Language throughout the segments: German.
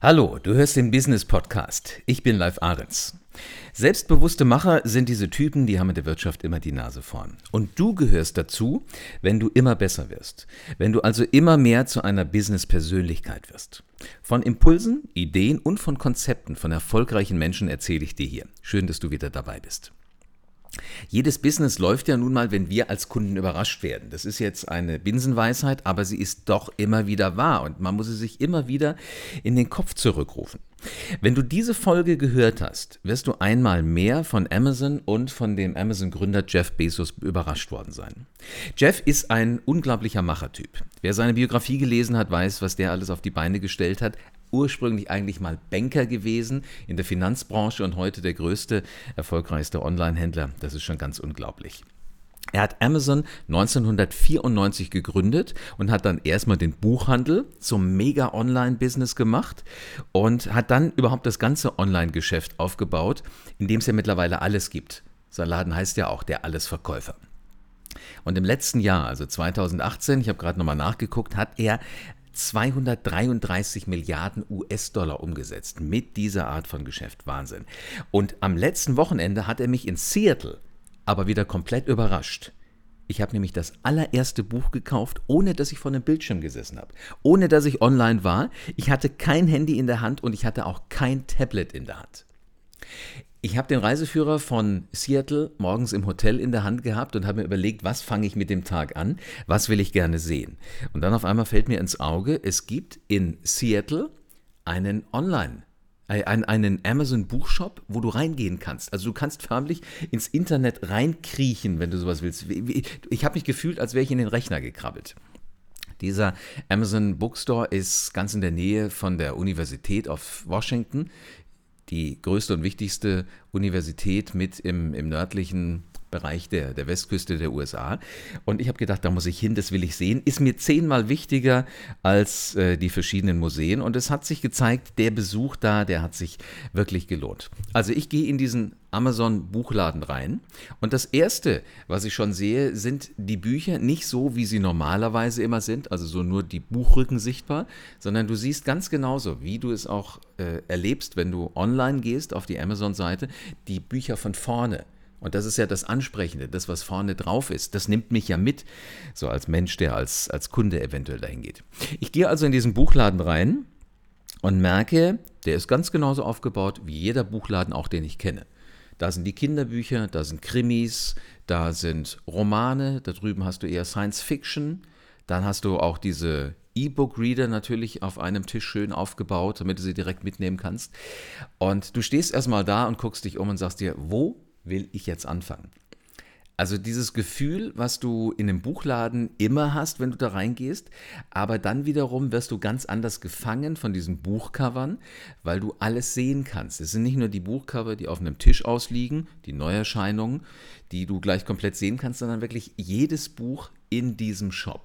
Hallo, du hörst den Business Podcast. Ich bin Live Ahrens. Selbstbewusste Macher sind diese Typen, die haben in der Wirtschaft immer die Nase vorn. Und du gehörst dazu, wenn du immer besser wirst. Wenn du also immer mehr zu einer Business-Persönlichkeit wirst. Von Impulsen, Ideen und von Konzepten von erfolgreichen Menschen erzähle ich dir hier. Schön, dass du wieder dabei bist. Jedes Business läuft ja nun mal, wenn wir als Kunden überrascht werden. Das ist jetzt eine Binsenweisheit, aber sie ist doch immer wieder wahr und man muss sie sich immer wieder in den Kopf zurückrufen. Wenn du diese Folge gehört hast, wirst du einmal mehr von Amazon und von dem Amazon-Gründer Jeff Bezos überrascht worden sein. Jeff ist ein unglaublicher Machertyp. Wer seine Biografie gelesen hat, weiß, was der alles auf die Beine gestellt hat. Ursprünglich eigentlich mal Banker gewesen in der Finanzbranche und heute der größte, erfolgreichste Online-Händler. Das ist schon ganz unglaublich. Er hat Amazon 1994 gegründet und hat dann erstmal den Buchhandel zum Mega-Online-Business gemacht und hat dann überhaupt das ganze Online-Geschäft aufgebaut, in dem es ja mittlerweile alles gibt. Sein Laden heißt ja auch der Allesverkäufer. Und im letzten Jahr, also 2018, ich habe gerade nochmal nachgeguckt, hat er 233 Milliarden US-Dollar umgesetzt mit dieser Art von Geschäft. Wahnsinn. Und am letzten Wochenende hat er mich in Seattle aber wieder komplett überrascht. Ich habe nämlich das allererste Buch gekauft, ohne dass ich vor einem Bildschirm gesessen habe, ohne dass ich online war. Ich hatte kein Handy in der Hand und ich hatte auch kein Tablet in der Hand. Ich habe den Reiseführer von Seattle morgens im Hotel in der Hand gehabt und habe mir überlegt, was fange ich mit dem Tag an, was will ich gerne sehen. Und dann auf einmal fällt mir ins Auge, es gibt in Seattle einen Amazon-Buchshop, wo du reingehen kannst. Also du kannst förmlich ins Internet reinkriechen, wenn du sowas willst. Ich habe mich gefühlt, als wäre ich in den Rechner gekrabbelt. Dieser Amazon Bookstore ist ganz in der Nähe von der Universität of Washington, die größte und wichtigste Universität mit im nördlichen Bereich der Westküste der USA. Und ich habe gedacht, da muss ich hin, das will ich sehen. Ist mir 10-mal wichtiger als die verschiedenen Museen. Und es hat sich gezeigt, der Besuch da, der hat sich wirklich gelohnt. Also ich gehe in diesen Amazon-Buchladen rein. Und das Erste, was ich schon sehe, sind die Bücher nicht so, wie sie normalerweise immer sind, also so nur die Buchrücken sichtbar, sondern du siehst ganz genauso, wie du es auch erlebst, wenn du online gehst auf die Amazon-Seite, die Bücher von vorne. Und das ist ja das Ansprechende, das, was vorne drauf ist. Das nimmt mich ja mit, so als Mensch, der als Kunde eventuell dahin geht. Ich gehe also in diesen Buchladen rein und merke, der ist ganz genauso aufgebaut wie jeder Buchladen, auch den ich kenne. Da sind die Kinderbücher, da sind Krimis, da sind Romane, da drüben hast du eher Science Fiction, dann hast du auch diese E-Book-Reader natürlich auf einem Tisch schön aufgebaut, damit du sie direkt mitnehmen kannst. Und du stehst erstmal da und guckst dich um und sagst dir, wo will ich jetzt anfangen? Also dieses Gefühl, was du in einem Buchladen immer hast, wenn du da reingehst, aber dann wiederum wirst du ganz anders gefangen von diesen Buchcovern, weil du alles sehen kannst. Es sind nicht nur die Buchcover, die auf einem Tisch ausliegen, die Neuerscheinungen, die du gleich komplett sehen kannst, sondern wirklich jedes Buch in diesem Shop.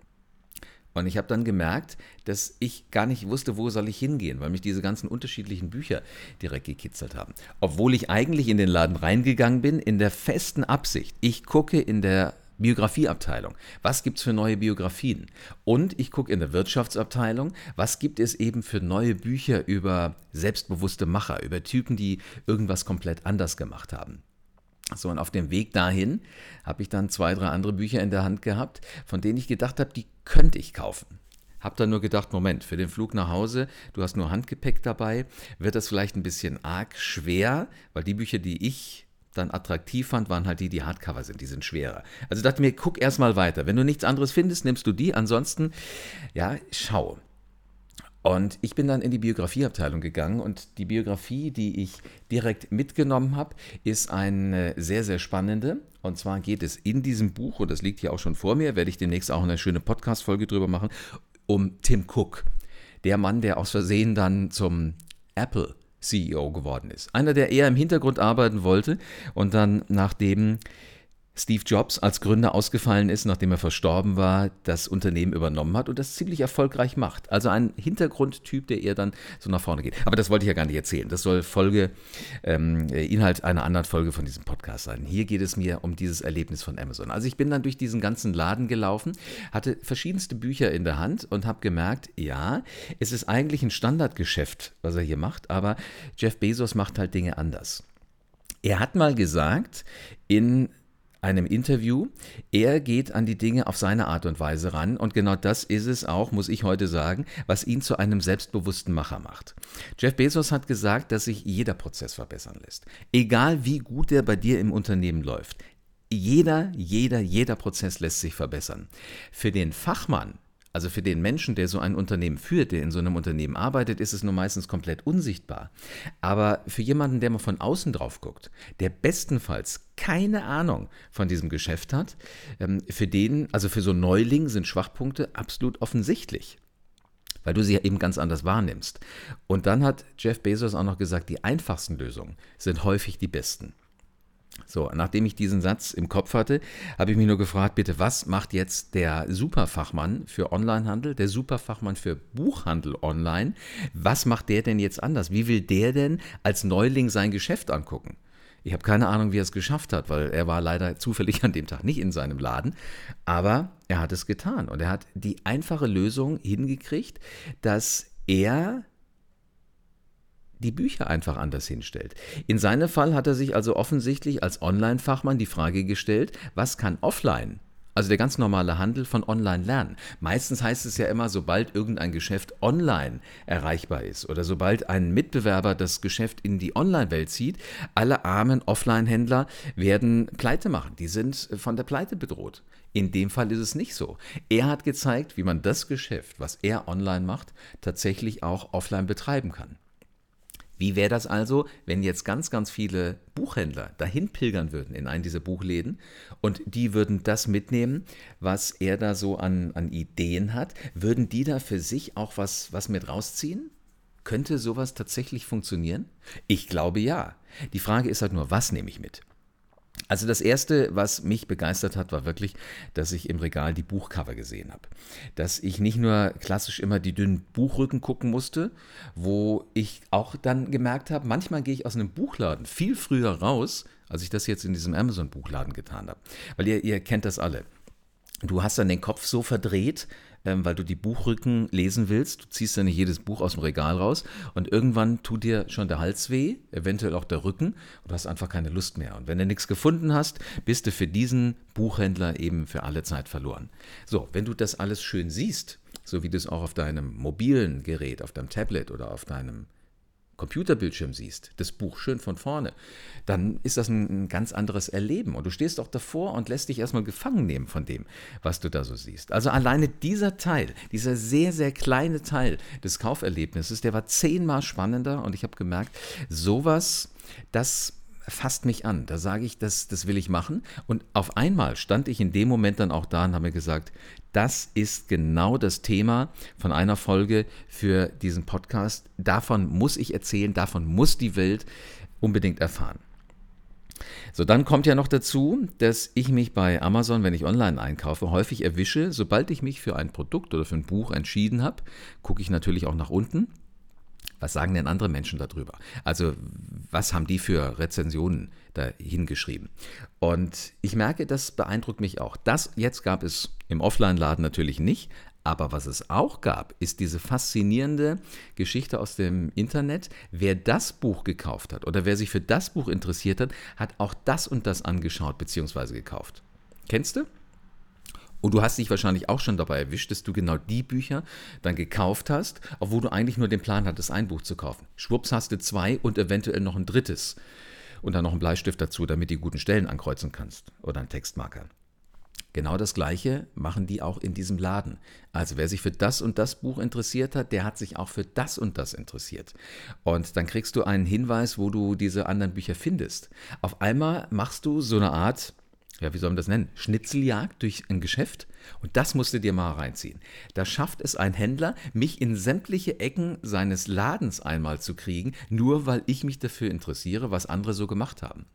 Und ich habe dann gemerkt, dass ich gar nicht wusste, wo soll ich hingehen, weil mich diese ganzen unterschiedlichen Bücher direkt gekitzelt haben. Obwohl ich eigentlich in den Laden reingegangen bin, in der festen Absicht, ich gucke in der Biografieabteilung, was gibt es für neue Biografien? Und ich gucke in der Wirtschaftsabteilung, was gibt es eben für neue Bücher über selbstbewusste Macher, über Typen, die irgendwas komplett anders gemacht haben. So, und auf dem Weg dahin habe ich dann 2, 3 andere Bücher in der Hand gehabt, von denen ich gedacht habe, die könnte ich kaufen. Habe dann nur gedacht, Moment, für den Flug nach Hause, du hast nur Handgepäck dabei, wird das vielleicht ein bisschen arg schwer, weil die Bücher, die ich dann attraktiv fand, waren halt die Hardcover sind, die sind schwerer. Also dachte mir, guck erst mal weiter. Wenn du nichts anderes findest, nimmst du die, ansonsten, ja, schau. Und ich bin dann in die Biografieabteilung gegangen und die Biografie, die ich direkt mitgenommen habe, ist eine sehr, sehr spannende. Und zwar geht es in diesem Buch, und das liegt hier auch schon vor mir, werde ich demnächst auch eine schöne Podcast-Folge drüber machen, um Tim Cook. Der Mann, der aus Versehen dann zum Apple-CEO geworden ist. Einer, der eher im Hintergrund arbeiten wollte und dann, nachdem Steve Jobs als Gründer ausgefallen ist, nachdem er verstorben war, das Unternehmen übernommen hat und das ziemlich erfolgreich macht. Also ein Hintergrundtyp, der eher dann so nach vorne geht. Aber das wollte ich ja gar nicht erzählen. Das soll Inhalt einer anderen Folge von diesem Podcast sein. Hier geht es mir um dieses Erlebnis von Amazon. Also ich bin dann durch diesen ganzen Laden gelaufen, hatte verschiedenste Bücher in der Hand und habe gemerkt, ja, es ist eigentlich ein Standardgeschäft, was er hier macht, aber Jeff Bezos macht halt Dinge anders. Er hat mal gesagt, in einem Interview, er geht an die Dinge auf seine Art und Weise ran und genau das ist es auch, muss ich heute sagen, was ihn zu einem selbstbewussten Macher macht. Jeff Bezos hat gesagt, dass sich jeder Prozess verbessern lässt. Egal wie gut der bei dir im Unternehmen läuft. Jeder Prozess lässt sich verbessern. Für den Fachmann, also für den Menschen, der so ein Unternehmen führt, der in so einem Unternehmen arbeitet, ist es nur meistens komplett unsichtbar. Aber für jemanden, der mal von außen drauf guckt, der bestenfalls keine Ahnung von diesem Geschäft hat, für den, also für so einen Neuling sind Schwachpunkte absolut offensichtlich, weil du sie ja eben ganz anders wahrnimmst. Und dann hat Jeff Bezos auch noch gesagt, die einfachsten Lösungen sind häufig die besten. So, nachdem ich diesen Satz im Kopf hatte, habe ich mich nur gefragt, bitte, was macht jetzt der Superfachmann für Onlinehandel, der Superfachmann für Buchhandel online? Was macht der denn jetzt anders? Wie will der denn als Neuling sein Geschäft angucken? Ich habe keine Ahnung, wie er es geschafft hat, weil er war leider zufällig an dem Tag nicht in seinem Laden, aber er hat es getan und er hat die einfache Lösung hingekriegt, dass er die Bücher einfach anders hinstellt. In seinem Fall hat er sich also offensichtlich als Online-Fachmann die Frage gestellt, was kann offline, also der ganz normale Handel, von online lernen? Meistens heißt es ja immer, sobald irgendein Geschäft online erreichbar ist oder sobald ein Mitbewerber das Geschäft in die Online-Welt zieht, alle armen Offline-Händler werden Pleite machen. Die sind von der Pleite bedroht. In dem Fall ist es nicht so. Er hat gezeigt, wie man das Geschäft, was er online macht, tatsächlich auch offline betreiben kann. Wie wäre das also, wenn jetzt ganz viele Buchhändler dahin pilgern würden in einen dieser Buchläden und die würden das mitnehmen, was er da so an Ideen hat? Würden die da für sich auch was mit rausziehen? Könnte sowas tatsächlich funktionieren? Ich glaube ja. Die Frage ist halt nur, was nehme ich mit? Also das Erste, was mich begeistert hat, war wirklich, dass ich im Regal die Buchcover gesehen habe. Dass ich nicht nur klassisch immer die dünnen Buchrücken gucken musste, wo ich auch dann gemerkt habe, manchmal gehe ich aus einem Buchladen viel früher raus, als ich das jetzt in diesem Amazon-Buchladen getan habe. Weil ihr kennt das alle. Du hast dann den Kopf so verdreht, weil du die Buchrücken lesen willst. Du ziehst dann nicht jedes Buch aus dem Regal raus und irgendwann tut dir schon der Hals weh, eventuell auch der Rücken und du hast einfach keine Lust mehr. Und wenn du nichts gefunden hast, bist du für diesen Buchhändler eben für alle Zeit verloren. So, wenn du das alles schön siehst, so wie du es auch auf deinem mobilen Gerät, auf deinem Tablet oder auf deinem Computerbildschirm siehst, das Buch schön von vorne, dann ist das ein ganz anderes Erleben. Und du stehst auch davor und lässt dich erstmal gefangen nehmen von dem, was du da so siehst. Also alleine dieser Teil, dieser sehr kleine Teil des Kauferlebnisses, der war 10-mal spannender und ich habe gemerkt, sowas, das fasst mich an. Da sage ich, das will ich machen. Und auf einmal stand ich in dem Moment dann auch da und habe mir gesagt, das ist genau das Thema von einer Folge für diesen Podcast. Davon muss ich erzählen, davon muss die Welt unbedingt erfahren. So, dann kommt ja noch dazu, dass ich mich bei Amazon, wenn ich online einkaufe, häufig erwische, sobald ich mich für ein Produkt oder für ein Buch entschieden habe, gucke ich natürlich auch nach unten. Was sagen denn andere Menschen darüber? Also was haben die für Rezensionen da hingeschrieben? Und ich merke, das beeindruckt mich auch. Das jetzt gab es im Offline-Laden natürlich nicht, aber was es auch gab, ist diese faszinierende Geschichte aus dem Internet. Wer das Buch gekauft hat oder wer sich für das Buch interessiert hat, hat auch das und das angeschaut bzw. gekauft. Kennst du? Und du hast dich wahrscheinlich auch schon dabei erwischt, dass du genau die Bücher dann gekauft hast, obwohl du eigentlich nur den Plan hattest, ein Buch zu kaufen. Schwupps hast du 2 und eventuell noch ein drittes. Und dann noch einen Bleistift dazu, damit du die guten Stellen ankreuzen kannst. Oder einen Textmarker. Genau das Gleiche machen die auch in diesem Laden. Also wer sich für das und das Buch interessiert hat, der hat sich auch für das und das interessiert. Und dann kriegst du einen Hinweis, wo du diese anderen Bücher findest. Auf einmal machst du so eine Art, ja, wie soll man das nennen? Schnitzeljagd durch ein Geschäft. Und das musst du dir mal reinziehen. Da schafft es ein Händler, mich in sämtliche Ecken seines Ladens einmal zu kriegen, nur weil ich mich dafür interessiere, was andere so gemacht haben.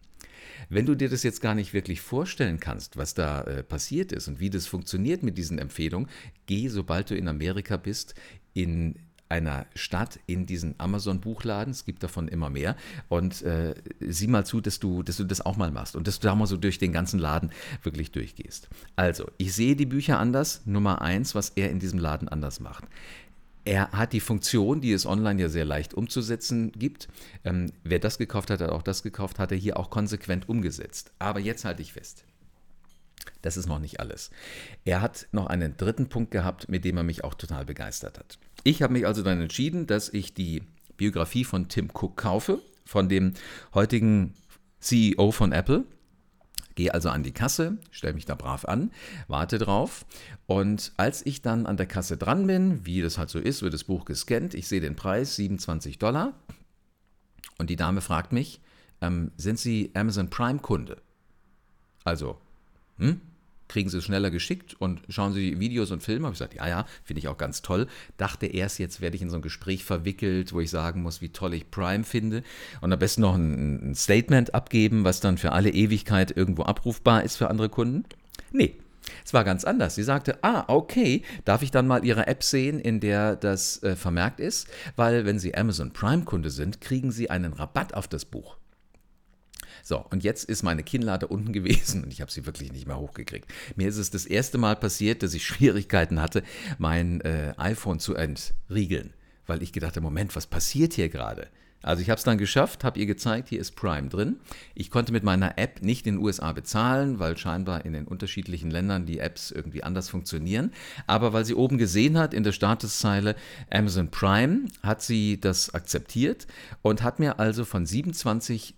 Wenn du dir das jetzt gar nicht wirklich vorstellen kannst, was da passiert ist und wie das funktioniert mit diesen Empfehlungen, geh, sobald du in Amerika bist, in einer Stadt in diesen Amazon-Buchladen, es gibt davon immer mehr, und sieh mal zu, dass du das auch mal machst und dass du da mal so durch den ganzen Laden wirklich durchgehst. Also, ich sehe die Bücher anders. Nummer eins, was er in diesem Laden anders macht. Er hat die Funktion, die es online ja sehr leicht umzusetzen gibt. Wer das gekauft hat, hat auch das gekauft, hat er hier auch konsequent umgesetzt. Aber jetzt halte ich fest. Das ist noch nicht alles. Er hat noch einen dritten Punkt gehabt, mit dem er mich auch total begeistert hat. Ich habe mich also dann entschieden, dass ich die Biografie von Tim Cook kaufe, von dem heutigen CEO von Apple. Gehe also an die Kasse, stelle mich da brav an, warte drauf, und als ich dann an der Kasse dran bin, wie das halt so ist, wird das Buch gescannt, ich sehe den Preis, $27, und die Dame fragt mich, sind Sie Amazon Prime Kunde? Also, kriegen Sie es schneller geschickt und schauen Sie Videos und Filme? Habe ich gesagt, ja, finde ich auch ganz toll. Dachte erst, jetzt werde ich in so ein Gespräch verwickelt, wo ich sagen muss, wie toll ich Prime finde und am besten noch ein Statement abgeben, was dann für alle Ewigkeit irgendwo abrufbar ist für andere Kunden. Nee, es war ganz anders. Sie sagte, okay, darf ich dann mal Ihre App sehen, in der das vermerkt ist? Weil wenn Sie Amazon Prime Kunde sind, kriegen Sie einen Rabatt auf das Buch. So, und jetzt ist meine Kinnlade unten gewesen und ich habe sie wirklich nicht mehr hochgekriegt. Mir ist es das erste Mal passiert, dass ich Schwierigkeiten hatte, mein iPhone zu entriegeln, weil ich gedacht habe, Moment, was passiert hier gerade? Also ich habe es dann geschafft, habe ihr gezeigt, hier ist Prime drin. Ich konnte mit meiner App nicht in den USA bezahlen, weil scheinbar in den unterschiedlichen Ländern die Apps irgendwie anders funktionieren. Aber weil sie oben gesehen hat in der Statuszeile Amazon Prime, hat sie das akzeptiert und hat mir also von $27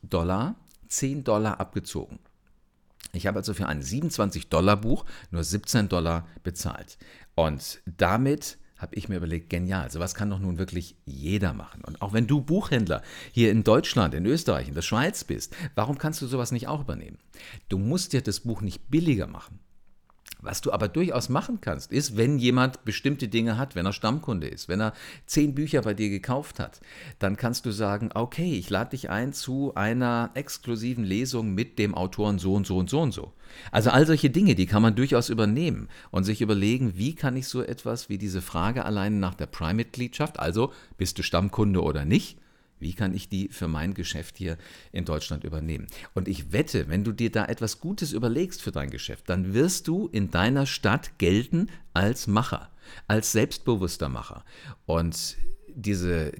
$10 abgezogen. Ich habe also für ein $27 Buch nur $17 bezahlt. Und damit habe ich mir überlegt, genial, sowas kann doch nun wirklich jeder machen. Und auch wenn du Buchhändler hier in Deutschland, in Österreich, in der Schweiz bist, warum kannst du sowas nicht auch übernehmen? Du musst dir das Buch nicht billiger machen. Was du aber durchaus machen kannst, ist, wenn jemand bestimmte Dinge hat, wenn er Stammkunde ist, wenn er 10 Bücher bei dir gekauft hat, dann kannst du sagen, okay, ich lade dich ein zu einer exklusiven Lesung mit dem Autoren so und so und so und so. Also all solche Dinge, die kann man durchaus übernehmen und sich überlegen, wie kann ich so etwas wie diese Frage alleine nach der Prime-Mitgliedschaft, also bist du Stammkunde oder nicht, wie kann ich die für mein Geschäft hier in Deutschland übernehmen? Und ich wette, wenn du dir da etwas Gutes überlegst für dein Geschäft, dann wirst du in deiner Stadt gelten als Macher, als selbstbewusster Macher. Und diese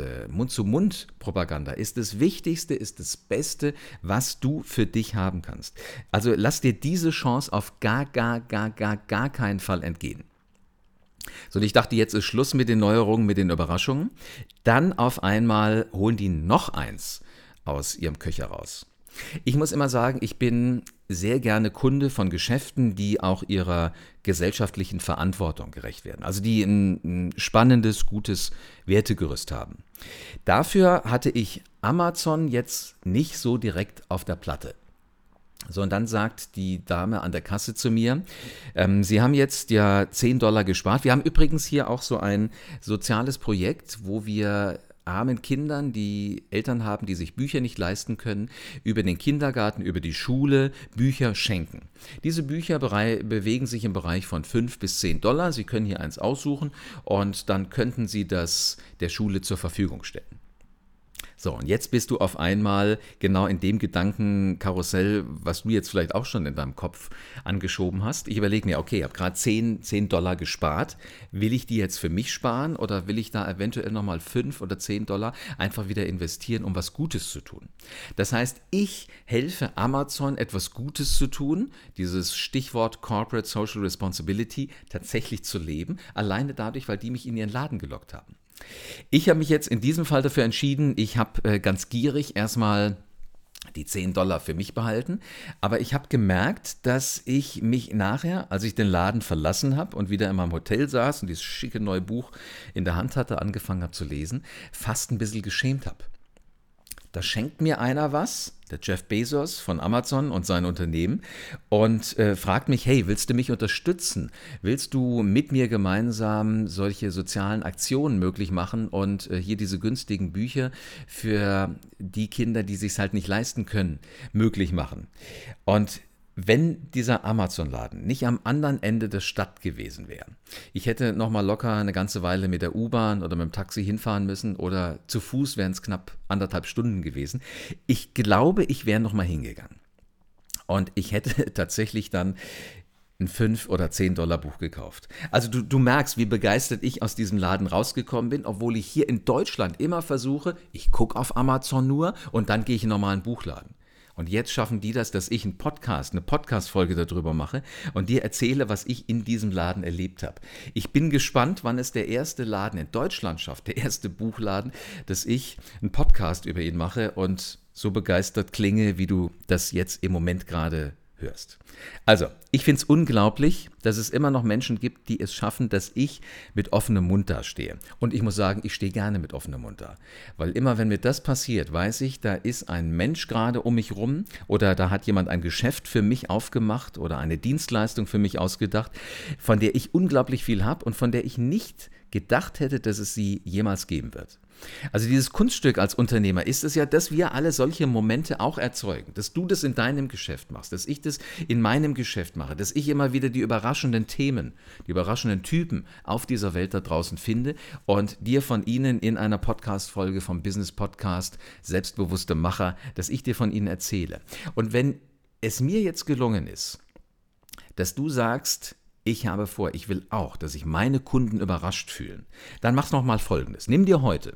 Mund-zu-Mund-Propaganda ist das Wichtigste, ist das Beste, was du für dich haben kannst. Also lass dir diese Chance auf gar keinen Fall entgehen. So, und ich dachte, jetzt ist Schluss mit den Neuerungen, mit den Überraschungen. Dann auf einmal holen die noch eins aus ihrem Köcher raus. Ich muss immer sagen, ich bin sehr gerne Kunde von Geschäften, die auch ihrer gesellschaftlichen Verantwortung gerecht werden. Also die ein spannendes, gutes Wertegerüst haben. Dafür hatte ich Amazon jetzt nicht so direkt auf der Platte. So, und dann sagt die Dame an der Kasse zu mir, Sie haben jetzt ja $10 gespart. Wir haben übrigens hier auch so ein soziales Projekt, wo wir armen Kindern, die Eltern haben, die sich Bücher nicht leisten können, über den Kindergarten, über die Schule Bücher schenken. Diese Bücher bewegen sich im Bereich von $5 bis $10. Sie können hier eins aussuchen und dann könnten Sie das der Schule zur Verfügung stellen. So, und jetzt bist du auf einmal genau in dem Gedankenkarussell, was du jetzt vielleicht auch schon in deinem Kopf angeschoben hast. Ich überlege mir, okay, ich habe gerade $10 gespart. Will ich die jetzt für mich sparen oder will ich da eventuell nochmal $5 oder $10 einfach wieder investieren, um was Gutes zu tun? Das heißt, ich helfe Amazon, etwas Gutes zu tun, dieses Stichwort Corporate Social Responsibility tatsächlich zu leben, alleine dadurch, weil die mich in ihren Laden gelockt haben. Ich habe mich jetzt in diesem Fall dafür entschieden, ich habe ganz gierig erstmal die $10 für mich behalten, aber ich habe gemerkt, dass ich mich nachher, als ich den Laden verlassen habe und wieder in meinem Hotel saß und dieses schicke neue Buch in der Hand hatte, angefangen habe zu lesen, fast ein bisschen geschämt habe. Da schenkt mir einer was, der Jeff Bezos von Amazon und sein Unternehmen, und fragt mich, hey, willst du mich unterstützen? Willst du mit mir gemeinsam solche sozialen Aktionen möglich machen und hier diese günstigen Bücher für die Kinder, die sich halt nicht leisten können, möglich machen? Und wenn dieser Amazon-Laden nicht am anderen Ende der Stadt gewesen wäre, ich hätte noch mal locker eine ganze Weile mit der U-Bahn oder mit dem Taxi hinfahren müssen oder zu Fuß wären es knapp 1,5 Stunden gewesen. Ich glaube, ich wäre noch mal hingegangen. Und ich hätte tatsächlich dann ein 5 oder 10 Dollar Buch gekauft. Also du merkst, wie begeistert ich aus diesem Laden rausgekommen bin, obwohl ich hier in Deutschland immer versuche, ich gucke auf Amazon nur und dann gehe ich in einen normalen Buchladen. Und jetzt schaffen die das, dass ich eine Podcast-Folge darüber mache und dir erzähle, was ich in diesem Laden erlebt habe. Ich bin gespannt, wann es der erste Laden in Deutschland schafft, der erste Buchladen, dass ich einen Podcast über ihn mache und so begeistert klinge, wie du das jetzt im Moment gerade hörst. Also, ich finde es unglaublich, dass es immer noch Menschen gibt, die es schaffen, dass ich mit offenem Mund dastehe. Und ich muss sagen, ich stehe gerne mit offenem Mund da. Weil immer, wenn mir das passiert, weiß ich, da ist ein Mensch gerade um mich rum oder da hat jemand ein Geschäft für mich aufgemacht oder eine Dienstleistung für mich ausgedacht, von der ich unglaublich viel habe und von der ich nicht gedacht hätte, dass es sie jemals geben wird. Also dieses Kunststück als Unternehmer ist es ja, dass wir alle solche Momente auch erzeugen, dass du das in deinem Geschäft machst, dass ich das in meinem Geschäft mache, dass ich immer wieder die überraschenden Themen, die überraschenden Typen auf dieser Welt da draußen finde und dir von ihnen in einer Podcast-Folge vom Business Podcast Selbstbewusste Macher, dass ich dir von ihnen erzähle. Und wenn es mir jetzt gelungen ist, dass du sagst, ich habe vor, ich will auch, dass sich meine Kunden überrascht fühlen, dann mach noch mal Folgendes. Nimm dir heute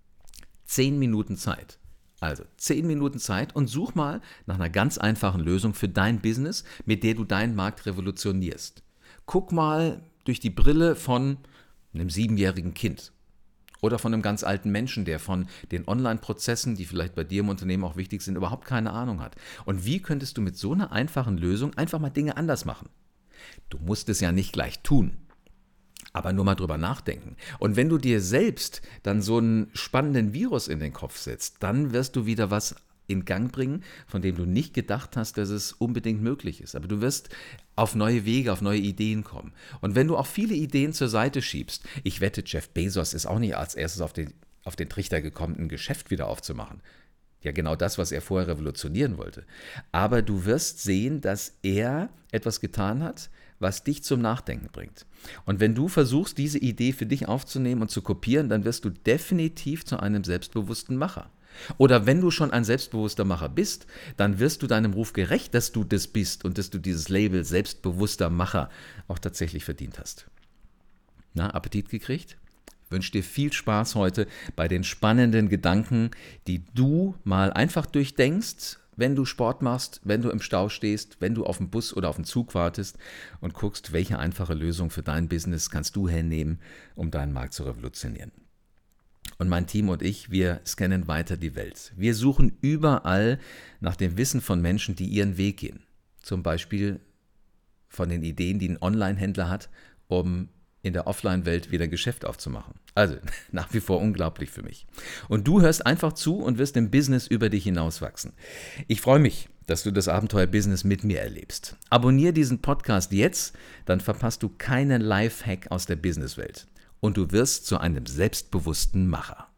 10 Minuten Zeit. Also 10 Minuten Zeit und such mal nach einer ganz einfachen Lösung für dein Business, mit der du deinen Markt revolutionierst. Guck mal durch die Brille von einem 7-jährigen Kind oder von einem ganz alten Menschen, der von den Online-Prozessen, die vielleicht bei dir im Unternehmen auch wichtig sind, überhaupt keine Ahnung hat. Und wie könntest du mit so einer einfachen Lösung einfach mal Dinge anders machen? Du musst es ja nicht gleich tun, aber nur mal drüber nachdenken. Und wenn du dir selbst dann so einen spannenden Virus in den Kopf setzt, dann wirst du wieder was in Gang bringen, von dem du nicht gedacht hast, dass es unbedingt möglich ist. Aber du wirst auf neue Wege, auf neue Ideen kommen. Und wenn du auch viele Ideen zur Seite schiebst, ich wette, Jeff Bezos ist auch nicht als erstes auf den Trichter gekommen, ein Geschäft wieder aufzumachen. Ja, genau das, was er vorher revolutionieren wollte. Aber du wirst sehen, dass er etwas getan hat, was dich zum Nachdenken bringt. Und wenn du versuchst, diese Idee für dich aufzunehmen und zu kopieren, dann wirst du definitiv zu einem selbstbewussten Macher. Oder wenn du schon ein selbstbewusster Macher bist, dann wirst du deinem Ruf gerecht, dass du das bist und dass du dieses Label selbstbewusster Macher auch tatsächlich verdient hast. Na, Appetit gekriegt? Ich wünsche dir viel Spaß heute bei den spannenden Gedanken, die du mal einfach durchdenkst, wenn du Sport machst, wenn du im Stau stehst, wenn du auf den Bus oder auf den Zug wartest und guckst, welche einfache Lösung für dein Business kannst du hernehmen, um deinen Markt zu revolutionieren. Und mein Team und ich, wir scannen weiter die Welt. Wir suchen überall nach dem Wissen von Menschen, die ihren Weg gehen. Zum Beispiel von den Ideen, die ein Online-Händler hat, um in der Offline-Welt wieder Geschäft aufzumachen. Also nach wie vor unglaublich für mich. Und du hörst einfach zu und wirst im Business über dich hinauswachsen. Ich freue mich, dass du das Abenteuer-Business mit mir erlebst. Abonniere diesen Podcast jetzt, dann verpasst du keinen Lifehack aus der Businesswelt. Und du wirst zu einem selbstbewussten Macher.